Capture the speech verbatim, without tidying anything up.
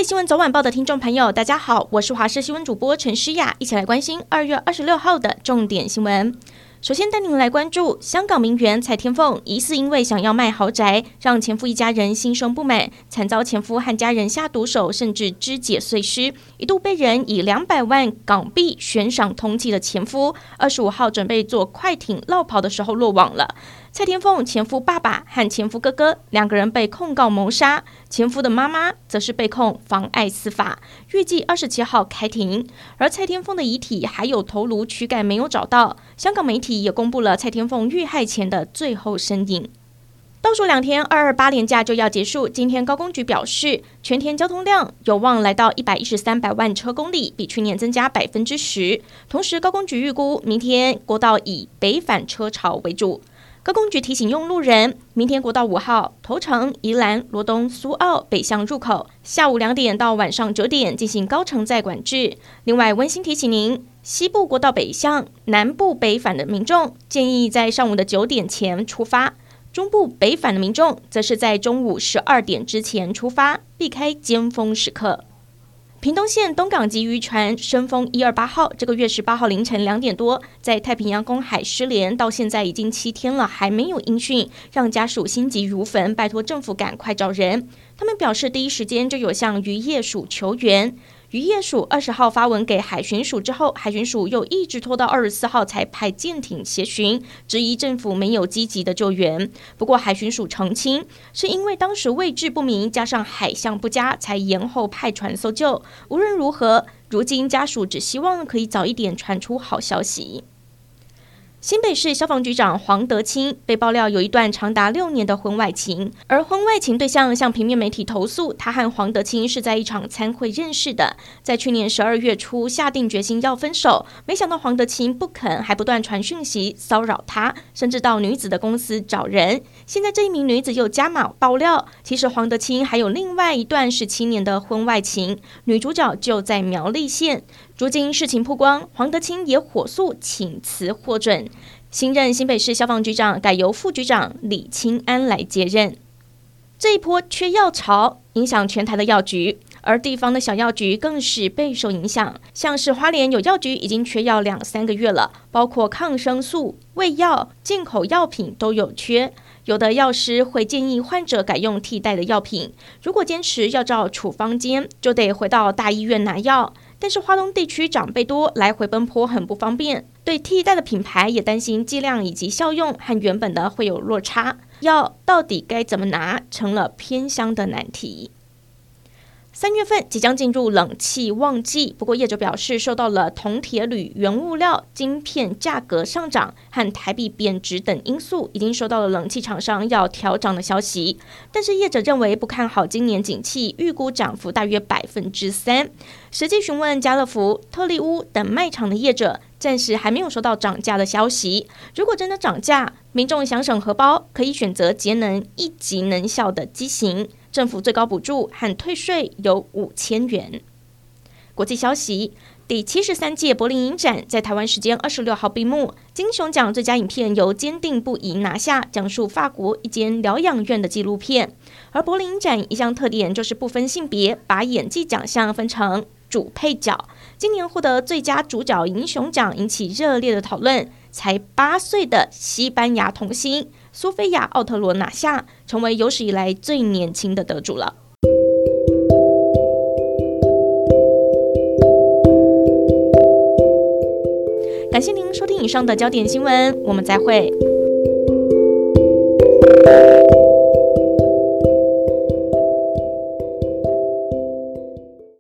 位新闻早晚报的听众朋友，大家好，我是华视新闻主播陈诗雅，一起来关心二月二十六号的重点新闻。首先带您来关注香港名媛蔡天凤疑似因为想要卖豪宅，让前夫一家人心生不满，惨遭前夫和家人下毒手，甚至肢解碎尸，一度被人以两百万港币悬赏通缉的前夫，二十五号准备坐快艇落跑的时候落网了。蔡天凤前夫爸爸和前夫哥哥两个人被控告谋杀，前夫的妈妈则是被控妨碍司法，预计二十七号开庭。而蔡天凤的遗体还有头颅躯干没有找到，香港媒体也公布了蔡天凤遇害前的最后身影。倒数两天，二二八连假就要结束。今天高公局表示，全天交通量有望来到一百一十三百万车公里，比去年增加百分之十。同时，高公局预估明天国道以北返车潮为主。高公局提醒用路人，明天国道五号头城、宜兰、罗东、苏澳北向入口，下午两点到晚上九点进行高承载管制。另外，温馨提醒您，西部国道北向、南部北返的民众建议在上午的九点前出发，中部北返的民众则是在中午十二点之前出发，避开尖峰时刻。屏东县东港籍渔船申丰一二八号，这个月十八号凌晨两点多，在太平洋公海失联，到现在已经七天了，还没有音讯，让家属心急如焚，拜托政府赶快找人。他们表示，第一时间就有向渔业署求援。渔业署二十号发文给海巡署之后，海巡署又一直拖到二十四号才派舰艇协巡，质疑政府没有积极的救援。不过海巡署澄清，是因为当时位置不明，加上海象不佳，才延后派船搜救。无论如何，如今家属只希望可以早一点传出好消息。新北市消防局长黄德清被爆料有一段长达六年的婚外情，而婚外情对象向平面媒体投诉，他和黄德清是在一场餐会认识的，在去年十二月初下定决心要分手，没想到黄德清不肯，还不断传讯息骚扰他，甚至到女子的公司找人。现在这一名女子又加码爆料，其实黄德清还有另外一段十七年的婚外情，女主角就在苗栗县。如今事情曝光，黄德清也火速请辞获准，新任新北市消防局长改由副局长李清安来接任。这一波缺药潮影响全台的药局，而地方的小药局更是备受影响。像是花莲有药局已经缺药两三个月了，包括抗生素、胃药、进口药品都有缺。有的药师会建议患者改用替代的药品，如果坚持要照处方间，就得回到大医院拿药。但是花东地区长辈多，来回奔波很不方便，对替代的品牌也担心剂量以及效用和原本的会有落差，药到底该怎么拿，成了偏乡的难题。三月份即将进入冷气旺季，不过业者表示，受到了铜、铁、铝、原物料、晶片价格上涨和台币贬值等因素，已经收到了冷气厂商要调涨的消息。但是业者认为不看好今年景气，预估涨幅大约百分之三。实际询问家乐福、特力屋等卖场的业者，暂时还没有收到涨价的消息。如果真的涨价，民众想省荷包，可以选择节能一级能效的机型。政府最高补助和退税有五千元。国际消息，第七十三届柏林影展在台湾时间二十六号闭幕，金熊奖最佳影片由坚定不移拿下，讲述法国一间疗养院的纪录片。而柏林影展一项特点就是不分性别，把演技奖项分成主配角。今年获得最佳主角银熊奖引起热烈的讨论，才八岁的西班牙童星苏菲亚·奥特罗拿下，成为有史以来最年轻的得主了。感谢您收听以上的焦点新闻，我们再会。